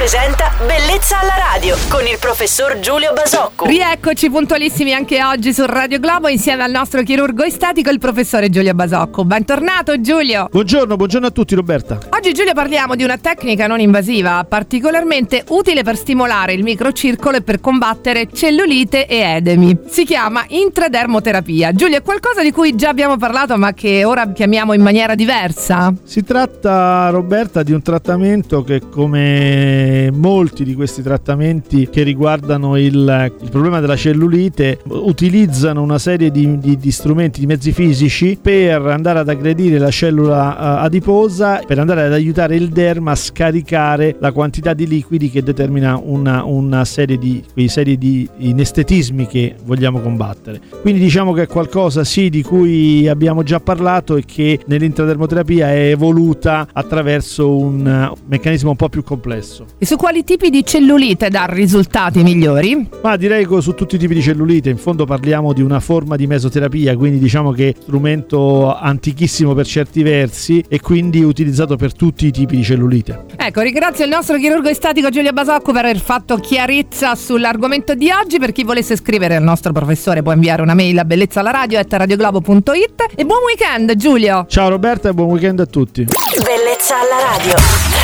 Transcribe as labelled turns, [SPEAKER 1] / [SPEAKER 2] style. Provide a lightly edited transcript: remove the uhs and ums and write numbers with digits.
[SPEAKER 1] presenta Bellezza alla radio con il professor Giulio Basocco.
[SPEAKER 2] Rieccoci puntualissimi anche oggi su Radio Globo insieme al nostro chirurgo estetico, il professore Giulio Basocco. Bentornato Giulio.
[SPEAKER 3] Buongiorno a tutti Roberta.
[SPEAKER 2] Oggi Giulio parliamo di una tecnica non invasiva particolarmente utile per stimolare il microcircolo e per combattere cellulite e edemi. Si chiama intradermoterapia. Giulio, è qualcosa di cui già abbiamo parlato ma che ora chiamiamo in maniera diversa?
[SPEAKER 3] Si tratta, Roberta, di un trattamento che, come molti di questi trattamenti che riguardano il problema della cellulite, utilizzano una serie di strumenti, di mezzi fisici per andare ad aggredire la cellula adiposa, per andare ad aiutare il derma a scaricare la quantità di liquidi che determina una serie di inestetismi che vogliamo combattere. Quindi diciamo che è qualcosa di cui abbiamo già parlato e che nell'intradermoterapia è evoluta attraverso un meccanismo un po' più complesso.
[SPEAKER 2] E su quali tipi di cellulite dà risultati migliori?
[SPEAKER 3] Ma direi che su tutti i tipi di cellulite. In fondo parliamo di una forma di mesoterapia, quindi diciamo che è strumento antichissimo per certi versi e quindi utilizzato per tutti i tipi di cellulite.
[SPEAKER 2] Ecco, ringrazio il nostro chirurgo estetico Giulio Basocco per aver fatto chiarezza sull'argomento di oggi. Per chi volesse scrivere al nostro professore può inviare una mail a bellezzalaradio@radioglobo.it. E buon weekend Giulio.
[SPEAKER 3] Ciao Roberta e buon weekend a tutti.
[SPEAKER 1] Bellezza alla radio.